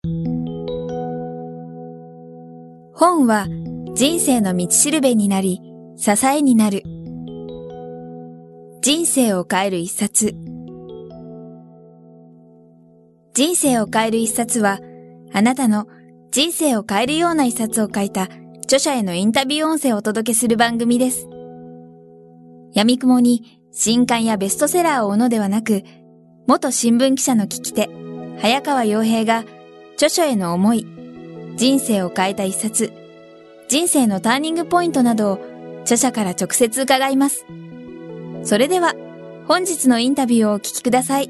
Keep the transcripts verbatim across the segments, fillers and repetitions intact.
本は人生の道しるべになり、支えになる。人生を変える一冊。人生を変える一冊は、あなたの人生を変えるような一冊を書いた著者へのインタビュー音声をお届けする番組です。闇雲に新刊やベストセラーを追うのではなく、元新聞記者の聞き手、早川洋平が著書への思い、人生を変えた一冊、人生のターニングポイントなどを著者から直接伺います。それでは本日のインタビューをお聞きください。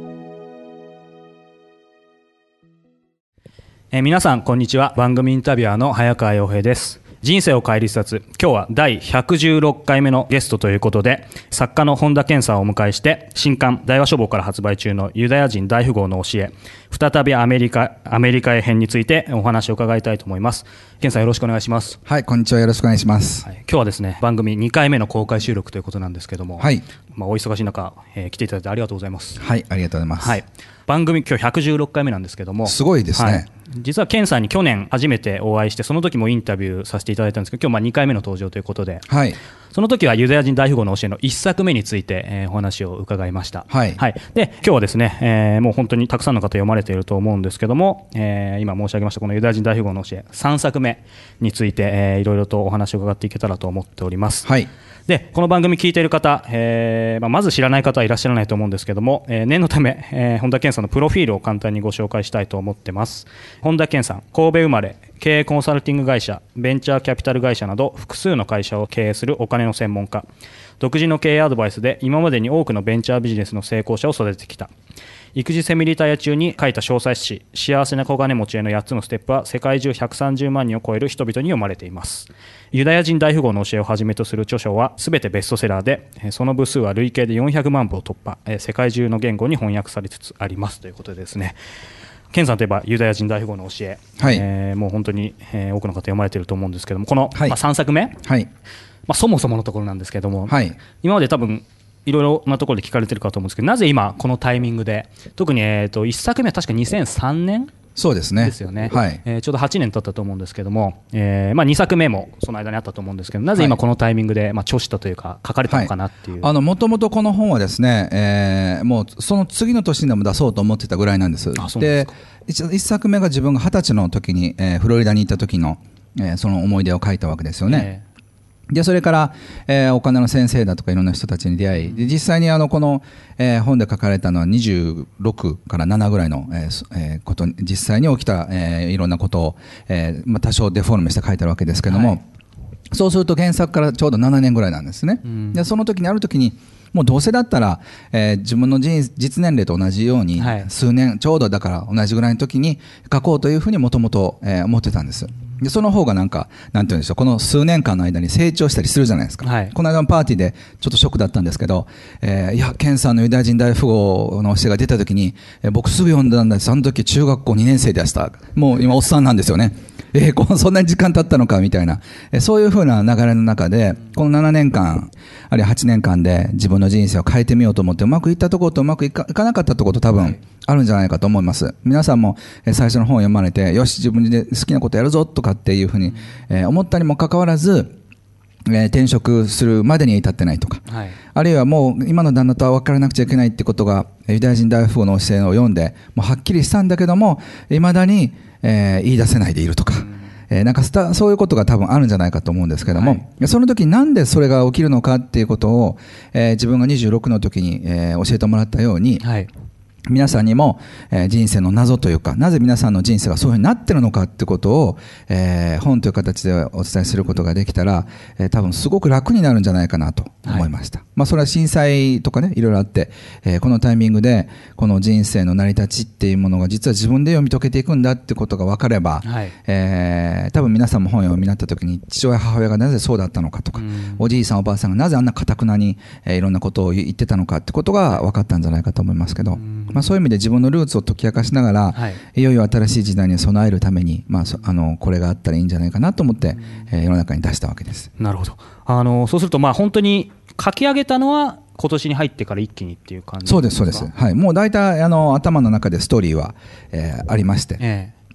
えー、皆さんこんにちは。番組インタビュアーの早川洋平です。人生を変える一冊、今日はだいひゃくじゅうろっかいめのゲストということで、作家の本田健さんをお迎えして、新刊大和書房から発売中のユダヤ人大富豪の教え、再びアメリカアメリカへ編についてお話を伺いたいと思います。健さん、よろしくお願いします。 はい、こんにちは、よろしくお願いします。 はい、今日はですね、番組にかいめの公開収録ということなんですけども、はい、まあ、お忙しい中、えー、来ていただいてありがとうございます。 はい、ありがとうございます。 はい、番組今日ひゃくじゅうろっかいめなんですけども、 すごいですね。はい、 実は健さんに去年初めてお会いして、その時もインタビューさせていただいたんですけど、今日まあにかいめの登場ということで、はい、その時はユダヤ人大富豪の教えのいっさくめについて、えー、お話を伺いました。はいはい、で今日はですね、えー、もう本当にたくさんの方読まれていると思うんですけども、えー、今申し上げましたこのユダヤ人大富豪の教えさんさくめについて、えー、いろいろとお話を伺っていけたらと思っております。はい、でこの番組聞いている方、えーまあ、まず知らない方はいらっしゃらないと思うんですけども、えー、念のため、えー、本田健さんのプロフィールを簡単にご紹介したいと思ってます。本田健さん、神戸生まれ、経営コンサルティング会社、ベンチャーキャピタル会社など複数の会社を経営するお金の専門家。独自の経営アドバイスで今までに多くのベンチャービジネスの成功者を育ててきた。育児セミリタイア中に書いた小冊子、幸せな小金持ちへのやっつのステップは世界中ひゃくさんじゅうまんにんを超える人々に読まれています。ユダヤ人大富豪の教えをはじめとする著書はすべてベストセラーで、その部数は累計でよんひゃくまんぶを突破、世界中の言語に翻訳されつつありますということでですね、健さんといえばユダヤ人大富豪の教え、はい、えー、もう本当に、えー、多くの方読まれていると思うんですけども、この、はい、まあ、さんさくめ、はい、まあ、そもそものところなんですけども、はい、今まで多分いろいろなところで聞かれてるかと思うんですけど、なぜ今このタイミングで、特に、えー、といっさくめは確かにせんさんねんそうですね。 ですよね。 はい、 えー、ちょうどはちねん経ったと思うんですけども、えーまあ、にさくめもその間にあったと思うんですけど、なぜ今このタイミングで、まあ、著したというか書かれたのかなっていう。 もともとこの本はですね、えー、もうその次の年でも出そうと思ってたぐらいなんです。 あ、そうですか。 でいっさくめが自分がはたちの時に、えー、フロリダに行った時の、えー、その思い出を書いたわけですよね。えーでそれから、えー、お金の先生だとかいろんな人たちに出会い、で実際にあのこの、えー、本で書かれたのはにじゅうろくからななぐらいの、えーえー、こと実際に起きた、えー、いろんなことを、えーまあ、多少デフォルメして書いてあるわけですけども、はい、そうすると原作からちょうどななねんぐらいなんですね。うん、でその時にある時にもうどうせだったら、えー、自分の人実年齢と同じように、はい、数年ちょうどだから同じぐらいの時に書こうというふうにもともと思ってたんです。でその方がなんかなんていうんでしょう、この数年間の間に成長したりするじゃないですか。はい、この間のパーティーでちょっとショックだったんですけど、えー、いや健さんのユダヤ人大富豪の教えが出た時に、えー、僕すぐ読んだんです。あの時中学校にねん生でした。もう今おっさんなんですよね。えー、このそんなに時間経ったのかみたいな、えー、そういうふうな流れの中でこのななねんかんあるいははちねんかんで自分の人生を変えてみようと思って、うまくいったところとうまくいか、いかなかったところと多分あるんじゃないかと思います。皆さんも最初の本を読まれて、よし自分で好きなことやるぞとかっていうふうに思ったにもかかわらず、転職するまでに至ってないとか、はい、あるいはもう今の旦那とは別れなくちゃいけないってことがユダヤ人大富豪の教えを読んでもうはっきりしたんだけども、いまだに、えー、言い出せないでいるとか、うんえー、なんかスタそういうことが多分あるんじゃないかと思うんですけども、はい、その時なんでそれが起きるのかっていうことを、えー、自分がにじゅうろくの時に、えー、教えてもらったように、はい皆さんにも、えー、人生の謎というか、なぜ皆さんの人生がそういうふうになってるのかってことを、えー、本という形でお伝えすることができたら、えー、多分すごく楽になるんじゃないかなと思いました。はい、まあそれは震災とかね、いろいろあって、えー、このタイミングでこの人生の成り立ちっていうものが実は自分で読み解けていくんだってことが分かれば、はいえー、多分皆さんも本を読みになった時に父親母親がなぜそうだったのかとか、おじいさんおばあさんがなぜあんな堅くなに、えー、いろんなことを言ってたのかってことが分かったんじゃないかと思いますけど、まあ、そういう意味で自分のルーツを解き明かしながら、はい、いよいよ新しい時代に備えるために、まあ、あのこれがあったらいいんじゃないかなと思って、えー、世の中に出したわけです。 なるほど。あのそうするとまあ本当に書き上げたのは今年に入ってから一気にっていう感じですか？ そうですそうです、はい、もう大体あの頭の中でストーリーは、えー、ありまして、えー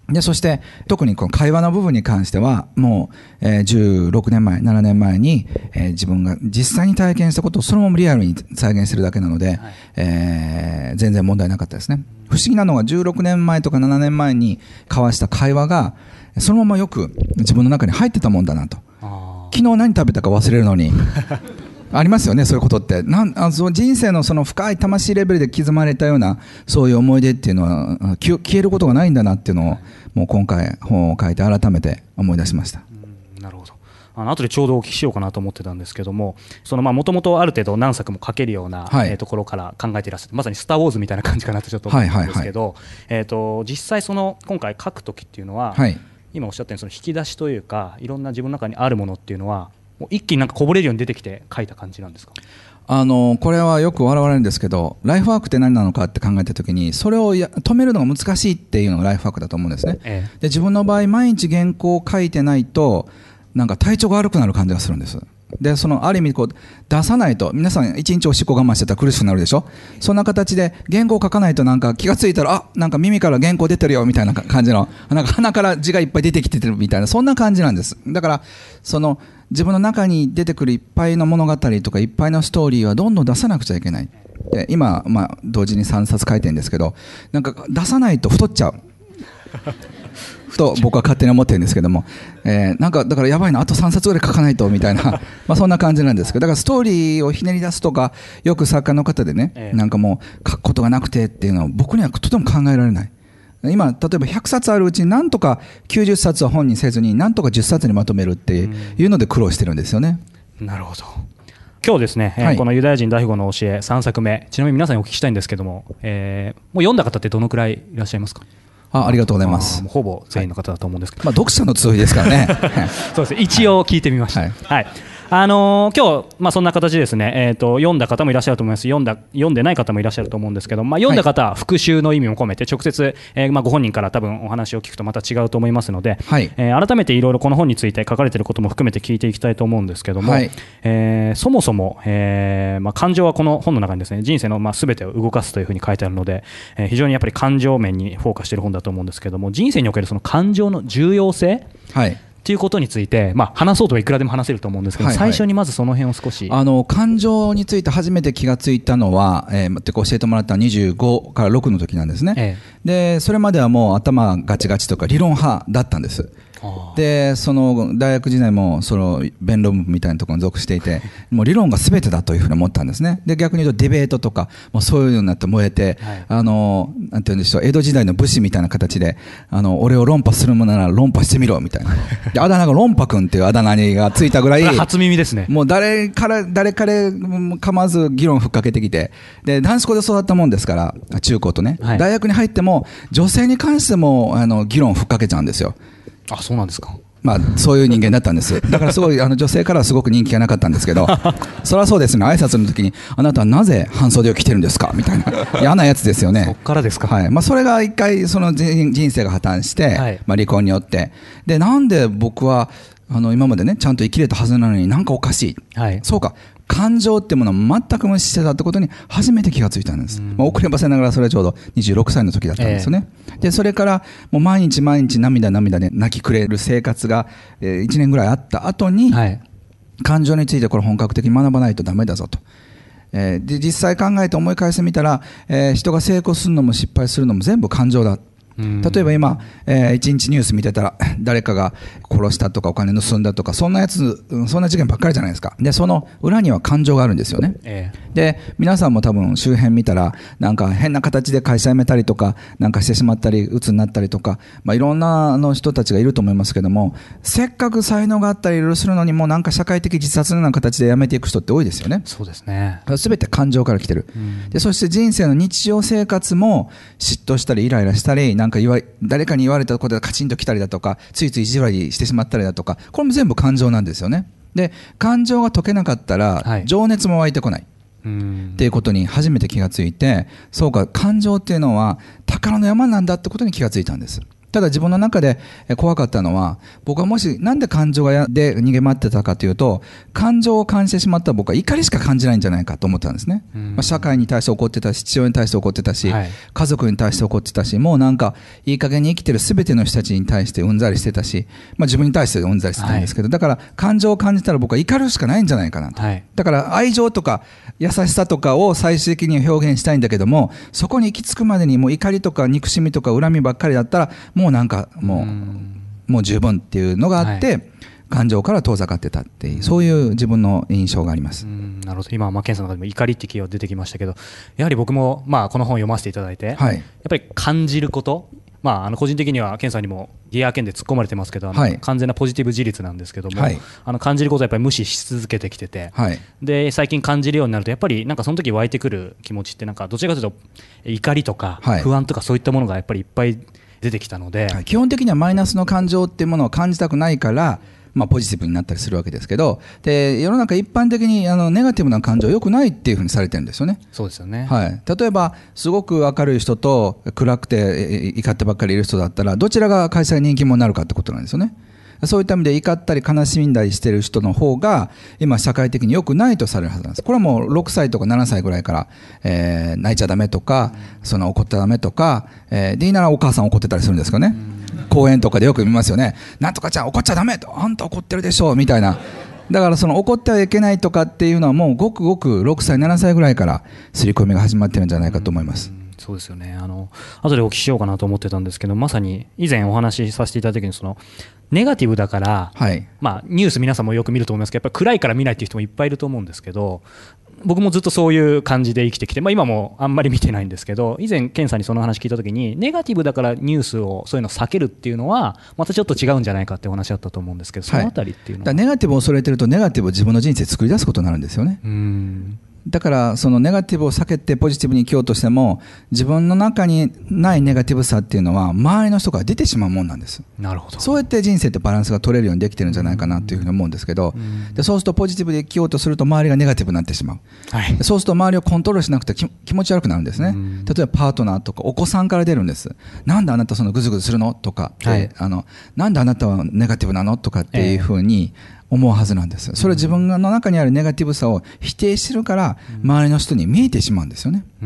でそして特にこの会話の部分に関してはもう、えー、じゅうろくねんまえななねんまえに、えー、自分が実際に体験したことをそのままリアルに再現してるだけなので、はい、えー、全然問題なかったですね。不思議なのがじゅうろくねんまえとかななねんまえに交わした会話がそのままよく自分の中に入ってたもんだなと。昨日何食べたか忘れるのにありますよね、そういうことって。なんあその人生のその深い魂レベルで刻まれたようなそういう思い出っていうのは消えることがないんだなっていうのをもう今回本を書いて改めて思い出しました。 うん、なるほど。あの後でちょうどお聞きしようかなと思ってたんですけども、もともとある程度何作も書けるような、はい、えー、ところから考えていらっしゃって、まさにスター・ウォーズみたいな感じかなとちょっと思ったんですけど、えー、と実際その今回書くときっていうのは、はい、今おっしゃったようにその引き出しというかいろんな自分の中にあるものっていうのはもう一気になんかこぼれるように出てきて書いた感じなんですか？ あのこれはよく笑われるんですけど、ライフワークって何なのかって考えたときにそれをや止めるのが難しいっていうのがライフワークだと思うんですね、ええ、で自分の場合毎日原稿を書いてないとなんか体調が悪くなる感じがするんです。でそのある意味こう出さないと皆さん一日おしっこ我慢してたら苦しくなるでしょ。そんな形で原稿を書かないとなんか気がついたらあなんか耳から原稿出てるよみたいな感じのなんか鼻から字がいっぱい出てきてるみたいなそんな感じなんです。だからその自分の中に出てくるいっぱいの物語とかいっぱいのストーリーはどんどん出さなくちゃいけない。で今、まあ、同時にさんさつ書いてるんですけどなんか出さないと太っちゃうと僕は勝手に思ってるんですけども、えー、なんかだからやばいなあとさんさつぐらい書かないとみたいなまあそんな感じなんですけど、だからストーリーをひねり出すとかよく作家の方でね、ええ、なんかもう書くことがなくてっていうのは僕にはとても考えられない。今例えばひゃくさつあるうちになんとかきゅうじゅっさつは本にせずになんとかじゅっさつにまとめるっていうので苦労してるんですよね。 なるほど。今日ですね、はい、このユダヤ人大富豪の教えさんさくめ、ちなみに皆さんにお聞きしたいんですけども、えー、もう読んだ方ってどのくらいいらっしゃいますか？ あ, ありがとうございます。 ほぼ全員の方だと思うんですけど、 はい、まあ、読者の集いですからねそうですね、一応聞いてみました、はいはい、あのー、今日、まあ、そんな形でですね、えーと、読んだ方もいらっしゃると思います。読んだ読んでない方もいらっしゃると思うんですけど、まあ、読んだ方は復習の意味も込めて直接、えーまあ、ご本人から多分お話を聞くとまた違うと思いますので、はい、えー、改めていろいろこの本について書かれていることも含めて聞いていきたいと思うんですけども、はい、えー、そもそも、えーまあ、感情はこの本の中にですね人生のまあ全てを動かすというふうに書いてあるので、えー、非常にやっぱり感情面にフォーカスしている本だと思うんですけども、人生におけるその感情の重要性、はい、ということについて、まあ、話そうとはいくらでも話せると思うんですけど、はいはい、最初にまずその辺を少し。 あの感情について初めて気がついたのは、えー、って教えてもらったにじゅうごからろくの時なんですね、ええ、でそれまではもう頭ガチガチとか理論派だったんです。でその大学時代もその弁論部みたいなところに属していてもう理論が全てだというふうに思ったんですね。で逆に言うとディベートとかもうそういうのになって燃えて、はい、あのなんて言うんでしょう、江戸時代の武士みたいな形であの俺を論破するものなら論破してみろみたいなであだ名が論破君っていうあだ名がついたぐらい初耳ですね。 もう誰から誰から構わず議論ふっかけてきて、で男子校で育ったもんですから中高とね、はい、大学に入っても女性に関してもあの議論ふっかけちゃうんですよ。 あ、そうなんですか。 まあ、そういう人間だったんです。だからすごいあの女性からはすごく人気がなかったんですけどそりゃそうですね、挨拶の時にあなたはなぜ半袖を着てるんですかみたいな嫌なやつですよね。 そっからですか。 はい、まあ、それが一回その人生が破綻して、はい、まあ、離婚によってでなんで僕はあの今までねちゃんと生きれたはずなのになんかおかしい、はい、そうか感情ってものを全く無視してたってことに初めて気がついたんです、まあ、遅ればせながらそれはちょうどにじゅうろくさいの時だったんですよね、えー、でそれからもう毎日毎日涙涙で泣きくれる生活がいちねんぐらいあった後に、はい、感情についてこれ本格的に学ばないとダメだぞと、えー、で実際考えて思い返してみたら、えー、人が成功するのも失敗するのも全部感情だ。例えば今、えー、一日ニュース見てたら誰かが殺したとかお金盗んだとかそんなやつそんな事件ばっかりじゃないですか。でその裏には感情があるんですよね、えー、で皆さんも多分周辺見たらなんか変な形で会社辞めたりとかなんかしてしまったり鬱になったりとか、まあ、いろんなあの人たちがいると思いますけども、せっかく才能があったりいろいろするのにもなんか社会的自殺のような形で辞めていく人って多いですよね。 そうですね。 全て感情から来てる、うん、でそして人生の日常生活も嫉妬したりイライラしたりなんか言わ誰かに言われたことでカチンときたりだとかついつい意地悪にしてしまったりだとかこれも全部感情なんですよね。で感情が解けなかったら情熱も湧いてこない、はい、っていうことに初めて気がついて、そうか感情っていうのは宝の山なんだってことに気がついたんです。 ただ自分の中で怖かったのは、僕はもしなんで感情がで逃げ回ってたかというと、感情を感じてしまったら僕は怒りしか感じないんじゃないかと思ったんですね、まあ、社会に対して怒ってたし、父親に対して怒ってたし、はい、家族に対して怒ってたし、もうなんかいい加減に生きてる全ての人たちに対してうんざりしてたし、まあ、自分に対してうんざりしてたんですけど、はい、だから感情を感じたら僕は怒るしかないんじゃないかなと、はい、だから愛情とか優しさとかを最終的に表現したいんだけども、そこに行き着くまでにもう怒りとか憎しみとか恨みばっかりだったらもうなんかもう、うん、もう十分っていうのがあって、はい、感情から遠ざかってたっていう、そういう自分の印象があります。 うん、なるほど。今、まあ、ケンさんの中でも怒りってキーワード出てきましたけど、やはり僕も、まあ、この本を読ませていただいて、はい、やっぱり感じること、まあ、あの個人的にはケンさんにもギアケンで突っ込まれてますけど、あの、はい、完全なポジティブ自立なんですけども、はい、あの感じることをやっぱり無視し続けてきてて、はい、で最近感じるようになるとやっぱりなんかその時湧いてくる気持ちってなんかどちらかというと怒りとか不安とかそういったものがやっぱりいっぱい出てきたので、 はい、基本的にはマイナスの感情っていうものを感じたくないから、まあ、ポジティブになったりするわけですけど、で世の中一般的にあのネガティブな感情は良くないっていうふうにされてるんですよね。 そうですよね、 はい、例えばすごく明るい人と暗くて怒ってばっかりいる人だったらどちらが会社に人気者になるかってことなんですよね。そういった意味で怒ったり悲しんだりしている人の方が今社会的に良くないとされるはずなんです。これはもうろくさいとかななさいぐらいから、えー、泣いちゃダメとか、その怒ったダメとか、えー、でいいならお母さん怒ってたりするんですかね。公園とかでよく見ますよね。なんとかちゃん怒っちゃダメと、あんた怒ってるでしょみたいな。だからその怒ってはいけないとかっていうのはもうごくごくろくさいななさいぐらいから刷り込みが始まってるんじゃないかと思います。 そうですよね。あの後でお聞きしようかなと思ってたんですけど、まさに以前お話しさせていただいた時にそのネガティブだから、はい、まあ、ニュース皆さんもよく見ると思いますけど、やっぱり暗いから見ないっていう人もいっぱいいると思うんですけど、僕もずっとそういう感じで生きてきて、まあ、今もあんまり見てないんですけど、以前ケンさんにその話聞いた時にネガティブだからニュースをそういうのを避けるっていうのはまたちょっと違うんじゃないかってお話あったと思うんですけど、そのあたりっていうのは、 はい、だからネガティブを恐れてるとネガティブを自分の人生作り出すことになるんですよね。うーん、だからそのネガティブを避けてポジティブに生きようとしても自分の中にないネガティブさっていうのは周りの人から出てしまうもんなんです。 なるほど。 そうやって人生ってバランスが取れるようにできてるんじゃないかなというふうに思うんですけど、でそうするとポジティブで生きようとすると周りがネガティブになってしまう、はい、そうすると周りをコントロールしなくて気持ち悪くなるんですね。例えばパートナーとかお子さんから出るんです。なんであなたそのグズグズするのとか、はい、あのなんであなたはネガティブなのとかっていうふうに、えー思うはずなんです。それは自分の中にあるネガティブさを否定してるから周りの人に見えてしまうんですよね。うん、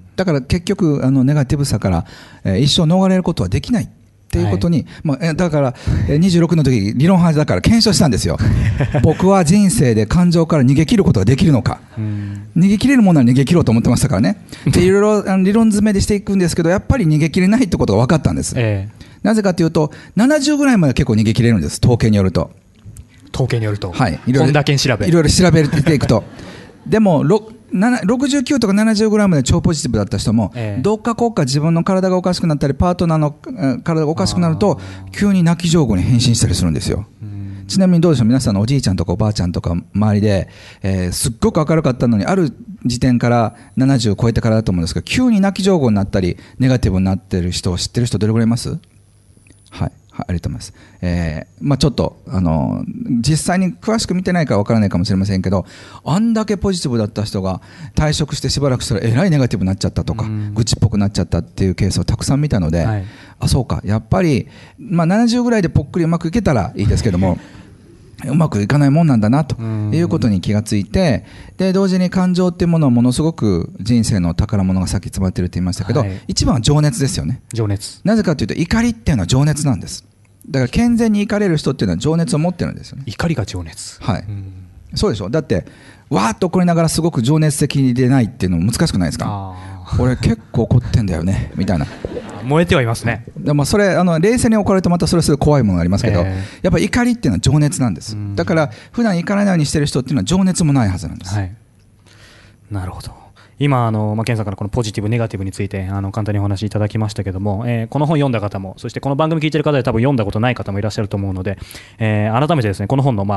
だから結局あのネガティブさから、えー、一生逃れることはできないっていうことに、はい、まあ、だからにじゅうろくの時理論派だから検証したんですよ僕は人生で感情から逃げ切ることができるのか、うん、逃げ切れるものは逃げ切ろうと思ってましたからね。でいろいろ理論詰めでしていくんですけど、やっぱり逃げ切れないってことが分かったんです、えー、なぜかというとななじゅうぐらいまで結構逃げ切れるんです、統計によると。 統計によると、 はい、 いろいろ本田健調べいろいろ調べていくとでもろくじゅうきゅうとかななじゅうぐらいまで超ポジティブだった人も、ええ、どっかこっか自分の体がおかしくなったりパートナーの体がおかしくなると急に泣き上戸に変身したりするんですよ。ちなみにどうでしょう、皆さんのおじいちゃんとかおばあちゃんとか周りで、えー、すっごく明るかったのにある時点からななじゅう超えてからだと思うんですけど、急に泣き上戸になったりネガティブになってる人を知ってる人どれぐらいいます？はい、ありがとうございます。えーまあ、ちょっとあの実際に詳しく見てないから分からないかもしれませんけど、あんだけポジティブだった人が退職してしばらくしたらえらいネガティブになっちゃったとか、愚痴っぽくなっちゃったっていうケースをたくさん見たので、はい、あそうかやっぱり、まあ、ななじゅうぐらいでぽっくりうまくいけたらいいですけどもうまくいかないもんなんだなということに気がついて、で同時に感情っていうものはものすごく人生の宝物がさっき詰まってるって言いましたけど、はい、一番は情熱ですよね。 情熱。 なぜかというと怒りっていうのは情熱なんです。だから健全に怒れる人っていうのは情熱を持ってるんですよね。 怒りが情熱。 はい、うん、そうでしょ。だってわーっと怒りながらすごく情熱的でないっていうのも難しくないですか。あ俺結構怒ってんだよねみたいな燃えてはいますね。 でもそれあの冷静に怒られるとまたそれすごい怖いものがありますけど、えー、やっぱり怒りっていうのは情熱なんです。だから普段怒らないようにしてる人っていうのは情熱もないはずなんです、はい、 なるほど。今あの、まあ、ケンさんからこのポジティブネガティブについてあの簡単にお話しいただきましたけども、えー、この本読んだ方もそしてこの番組聞いてる方で多分読んだことない方もいらっしゃると思うので、えー、改めてですねこの本の、まあ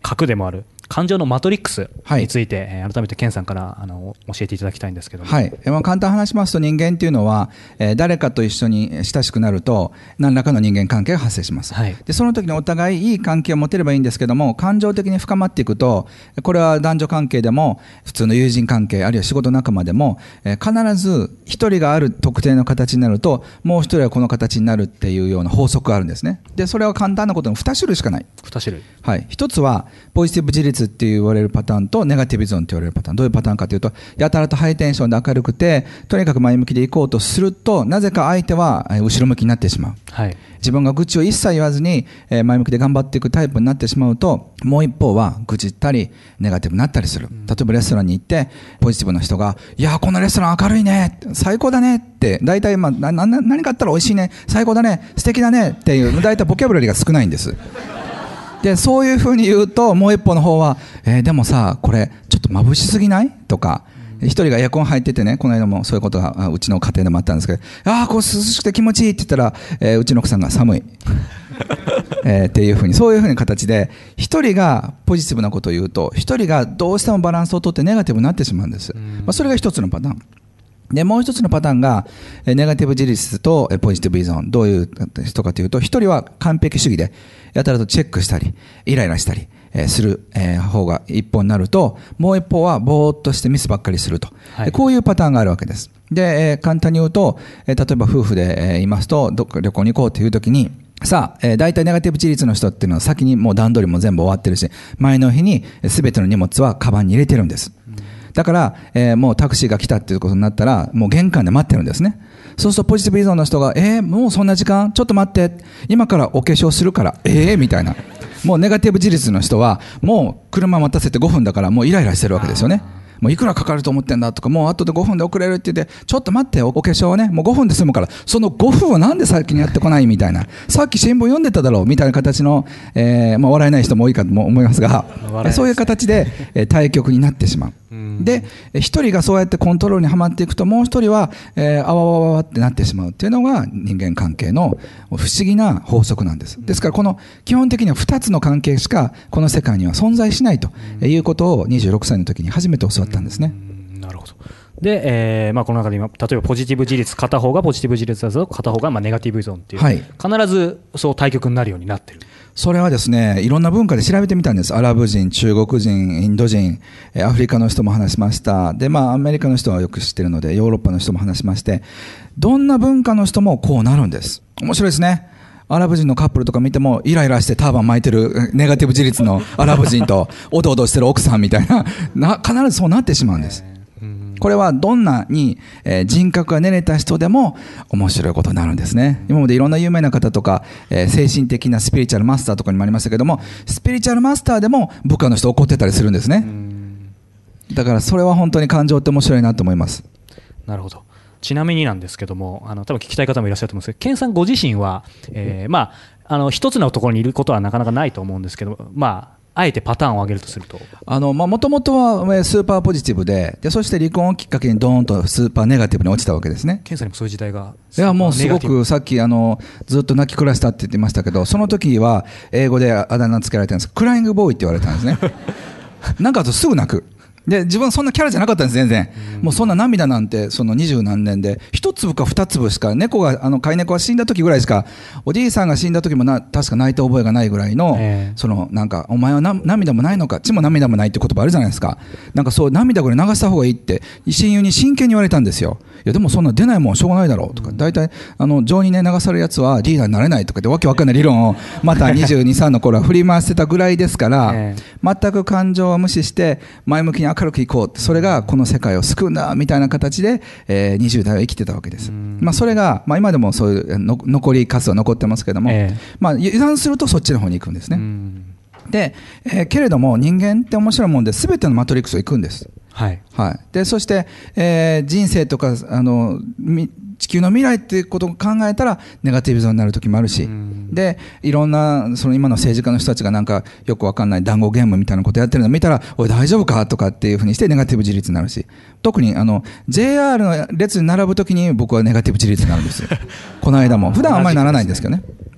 核でもある感情のマトリックスについて、はい、改めて健さんからあの教えていただきたいんですけども、 はい、まあ、簡単に話しますと、人間っていうのは、えー、誰かと一緒に親しくなると何らかの人間関係が発生します、はい、でその時にお互いいい関係を持てればいいんですけども、感情的に深まっていくと、これは男女関係でも普通の友人関係、あるいは仕事仲間でも、えー、必ず一人がある特定の形になると、もう一人はこの形になるっていうような法則があるんですね。でそれは簡単なことのに種類しかない。 に種類、 はい、一つはポジティブ自立って言われるパターンとネガティブ依存って言われるパターン。どういうパターンかというと、やたらとハイテンションで明るくてとにかく前向きでいこうとすると、なぜか相手は後ろ向きになってしまう、はい、自分が愚痴を一切言わずに前向きで頑張っていくタイプになってしまうと、もう一方は愚痴ったりネガティブになったりする。例えばレストランに行ってポジティブな人が、いやこのレストラン明るいね、最高だねって、大体、まあ、なな何かあったら美味しいね、最高だね、素敵だねっていう、大体ボキャブラリーが少ないんですでそういうふうに言うと、もう一方の方は、えー、でもさこれちょっと眩しすぎないとか、一人がエアコン入っててね、この間もそういうことがうちの家庭でもあったんですけど、ああこう涼しくて気持ちいいって言ったら、えー、うちの奥さんが寒い、えー、っていうふうに、そういうふうな形で一人がポジティブなことを言うと、一人がどうしてもバランスをとってネガティブになってしまうんです、まあ、それが一つのパターンで、もう一つのパターンがネガティブ自立とポジティブ依存。どういう人かというと、一人は完璧主義でやたらとチェックしたりイライラしたりする方が一方になると、もう一方はぼーっとしてミスばっかりすると、はい、こういうパターンがあるわけです。で簡単に言うと、例えば夫婦でいますと、どっか旅行に行こうという時に、さあ、えー、大体ネガティブ自立の人っていうのは先にもう段取りも全部終わってるし、前の日に全ての荷物はカバンに入れてるんです。だから、えー、もうタクシーが来たっていうことになったら、もう玄関で待ってるんですね。そうするとポジティブ依存の人が、えー、もうそんな時間、ちょっと待って、今からお化粧するから、えー、みたいな。もうネガティブ自立の人は、もう車待たせてごふんだから、もうイライラしてるわけですよね。もういくらかかると思ってんだとか、もう後でごふんで遅れるって言って、ちょっと待って、お化粧はね、もうごふんで済むから、そのごふんをなんで先にやってこないみたいな、さっき新聞読んでただろうみたいな形の、えーまあ、笑えない人も多いかと思いますが、そういう形で、えー、対極になってしまう。で一人がそうやってコントロールにはまっていくと、もう一人は、えー、あわわわわってなってしまうっていうのが人間関係の不思議な法則なんです。ですからこの基本的にはふたつの関係しかこの世界には存在しないということをにじゅうろくさいの時に初めて教わったんですね。 なるほど。で、えーまあ、この中で今例えばポジティブ自立、片方がポジティブ自立だと片方がまあネガティブ依存っていう、はい、必ずそう対極になるようになってる。 それはですね、いろんな文化で調べてみたんです。アラブ人、中国人、インド人、アフリカの人も話しました。で、まあアメリカの人はよく知ってるので、ヨーロッパの人も話しまして、どんな文化の人もこうなるんです。面白いですね。アラブ人のカップルとか見ても、イライラしてターバン巻いてるネガティブ自立のアラブ人とおどおどしてる奥さんみたいな、な必ずそうなってしまうんです。これはどんなに、えー、人格が練れた人でも面白いことになるんですね。今までいろんな有名な方とか、えー、精神的なスピリチュアルマスターとかにもありましたけども、スピリチュアルマスターでも部下の人怒ってたりするんですね。だからそれは本当に感情って面白いなと思います。 なるほど。ちなみになんですけども、あの多分聞きたい方もいらっしゃると思うんですけど、健さんご自身は、えー、まああの一つのところにいることはなかなかないと思うんですけど、まああえてパターンを挙げるとすると、 もともとはスーパーポジティブ で, でそして離婚をきっかけにドーンとスーパーネガティブに落ちたわけですね。 健さんにもそういう時代が。 いやもうすごく、さっきあのずっと泣き暮らしたって言ってましたけど、その時は英語であだ名つけられたんです。クライングボーイって言われたんですね。なんかあとすぐ泣く。で自分はそんなキャラじゃなかったんです全然。もうそんな涙なんてその二十何年で一粒か二粒しか、猫があの飼い猫が死んだ時ぐらいしか、おじいさんが死んだ時もな確か泣いた覚えがないぐらいの、そのなんかお前はな涙もないのか、血も涙もないって言葉あるじゃないですか。なんかそう涙ぐらい流した方がいいって親友に真剣に言われたんですよ。いやでもそんな出ないもんしょうがないだろうとか、大体あの情にね流されるやつはリーダーになれないとかってわけわかんない理論をまたにじゅうに、さんの頃は振り回してたぐらいですから、全く感情を無視して前向きに明るくいこうって、それがこの世界を救うんだみたいな形で、えー、にじゅう代は生きてたわけです。まあ、それが、まあ、今でもそういうの残り数は残ってますけども、えーまあ、油断するとそっちの方に行くんですね。で、えー、けれども人間って面白いもんで全てのマトリックスを行くんです。はいはい、でそして、えー、人生とかあの地球の未来っていうことを考えたらネガティブゾーンになる時もあるし、でいろんなその今の政治家の人たちがなんかよく分かんない談合ゲームみたいなことやってるのを見たら、おい大丈夫かとかっていうふうにしてネガティブ自立になるし、特にあの ジェイアール の列に並ぶ時に僕はネガティブ自立になるんですよ。この間も普段あんまりならないんですけどね。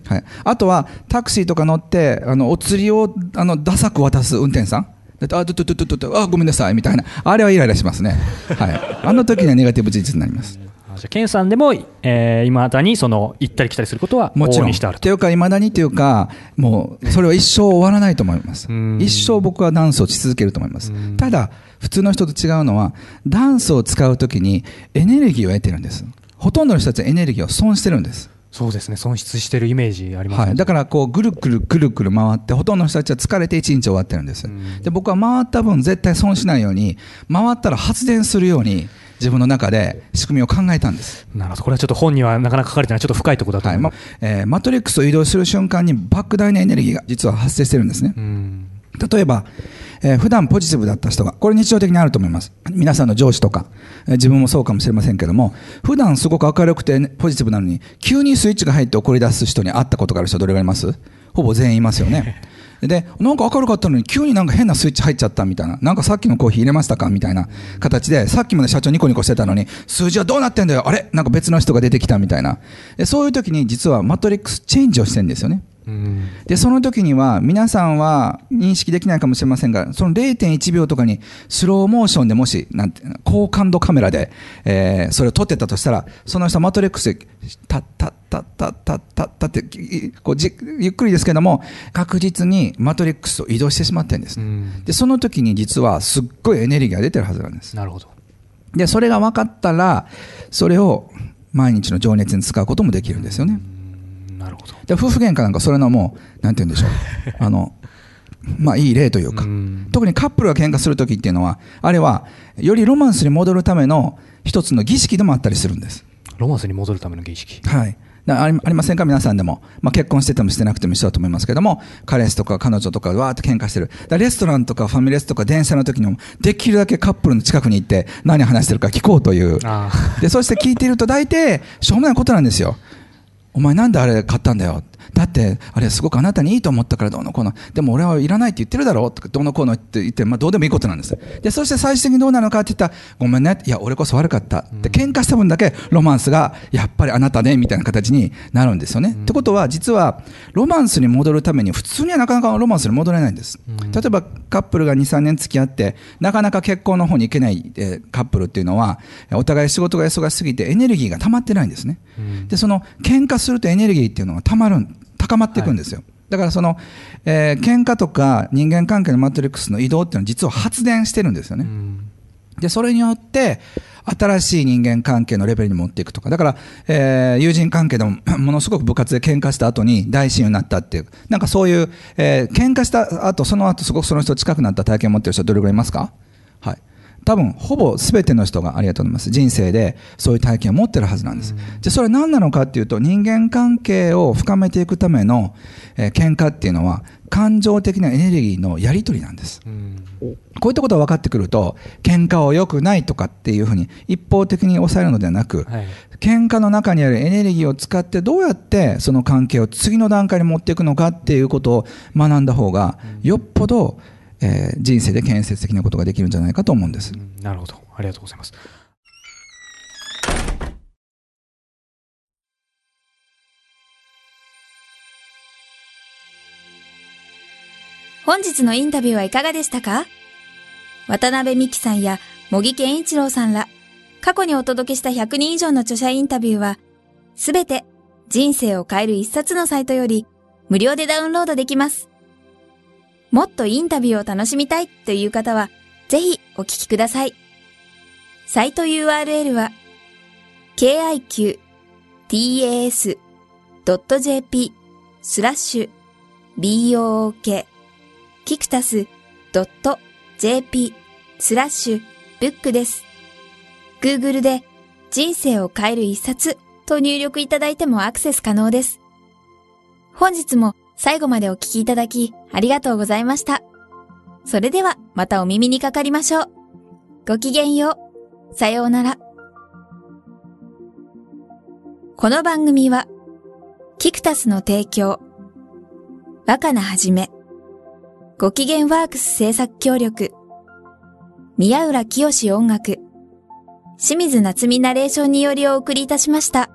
はい。あとは、タクシーとか乗って、あの、お釣りを、あの、ダサく渡す運転手さん。あ、ど、ど、ど、ど、ど、あ、ごめんなさい、みたいな。あれはイライラしますね。はい。あの時にはネガティブ事実になります。 じゃあ、ケンさんでも、えー、未だにその行ったり来たりすることは往々にしてあると。 というか、未だにというか、もうそれは一生終わらないと思います。一生僕はダンスをし続けると思います。ただ、普通の人と違うのは、ダンスを使うときにエネルギーを得てるんです。ほとんどの人たちはエネルギーを損してるんです。 そうですね、損失してるイメージありますね。 はい、だからこうぐるぐるぐるぐる回って、ほとんどの人たちは疲れて一日終わってるんです。で、僕は回った分絶対損しないように、回ったら発電するように自分の中で仕組みを考えたんです。 なるほど。これはちょっと本にはなかなか書かれてない、ちょっと深いところだと思います。 はい、まえー、マトリックスを移動する瞬間に莫大なエネルギーが実は発生してるんですね。うん例えば、えー、普段ポジティブだった人が、これ日常的にあると思います。皆さんの上司とか、えー、自分もそうかもしれませんけども、普段すごく明るくて、ね、ポジティブなのに、急にスイッチが入って怒り出す人に会ったことがある人どれぐらいいます？ほぼ全員いますよね。で、なんか明るかったのに急になんか変なスイッチ入っちゃったみたいな、なんかさっきのコーヒー入れましたかみたいな形で、さっきまで社長ニコニコしてたのに、数字はどうなってんだよ、あれなんか別の人が出てきたみたいな。でそういう時に実はマトリックスチェンジをしてるんですよね。でその時には皆さんは認識できないかもしれませんが、その れいてんいちびょうとかにスローモーションでもしなんて高感度カメラで、えー、それを撮ってたとしたら、その人はマトリックスでタッタッタッタッタッタッタッってこうじゆっくりですけども確実にマトリックスを移動してしまってるんです。でその時に実はすっごいエネルギーが出てるはずなんです。 なるほど。 でそれが分かったら、それを毎日の情熱に使うこともできるんですよね。 なるほど。 で夫婦喧嘩なんかそれのもうなんて言うんでしょうあのまあいい例というか、う特にカップルが喧嘩するときっていうのは、あれはよりロマンスに戻るための一つの儀式でもあったりするんです。 ロマンスに戻るための儀式。 はい。ありませんか皆さんでも、まあ、結婚しててもしてなくても一緒だと思いますけども、彼氏とか彼女とかわーって喧嘩してる。だレストランとかファミレスとか電車の時にもできるだけカップルの近くに行って何話してるか聞こうという。でそして聞いていると大抵しょうもないことなんですよ。お前なんであれ買ったんだよ。だってあれすごくあなたにいいと思ったからどうのこうの。でも俺はいらないって言ってるだろうとかどうのこうのって言って、まあ、どうでもいいことなんです。でそして最終的にどうなるのかって言ったら、ごめんね、いや俺こそ悪かったって喧嘩した分だけロマンスがやっぱりあなたねみたいな形になるんですよね。ってことは実はロマンスに戻るために普通にはなかなかロマンスに戻れないんです。例えばカップルが にさんねん付き合ってなかなか結婚の方に行けないカップルっていうのは、お互い仕事が忙しすぎてエネルギーが溜まってないんですね。でその喧嘩するとエネルギーっていうのは溜まる高まっていくんですよ。はい、だからその、えー、喧嘩とか人間関係のマトリックスの移動っていうのは実は発電してるんですよね。でそれによって新しい人間関係のレベルに持っていくとか、だから、えー、友人関係でもものすごく部活で喧嘩した後に大親友になったっていう、なんかそういう、えー、喧嘩した後その後すごくその人近くなった体験を持っている人はどれぐらいいますか？はい。多分ほぼ全ての人がありがとうございます人生でそういう体験を持ってるはずなんです。じゃあそれは何なのかっていうと、人間関係を深めていくための、えー、喧嘩っていうのは感情的なエネルギーのやり取りなんです。こういったことが分かってくると、喧嘩を良くないとかっていうふうに一方的に抑えるのではなく、はい、喧嘩の中にあるエネルギーを使ってどうやってその関係を次の段階に持っていくのかっていうことを学んだ方がよっぽどえー、人生で建設的なことができるんじゃないかと思うんです。うん、 なるほど、ありがとうございます。 本日のインタビューはいかがでしたか？渡辺美樹さんや茂木健一郎さんら過去にお届けしたひゃくにん以上の著者インタビューはすべて人生を変える一冊のサイトより無料でダウンロードできます。もっとインタビューを楽しみたいという方は、ぜひお聞きください。サイト ユーアールエル は ケーアイキューティーエーエスドットジェーピー スラッシュ ビーオーオーケー キクタス ドットジェーピー スラッシュブックです。Google で人生を変える一冊と入力いただいてもアクセス可能です。本日も最後までお聞きいただきありがとうございました。それではまたお耳にかかりましょう。ごきげんよう。さようなら。この番組はキクタスの提供、若菜はじめ、ごきげんワークス制作協力、宮浦清志音楽、清水夏美ナレーションによりお送りいたしました。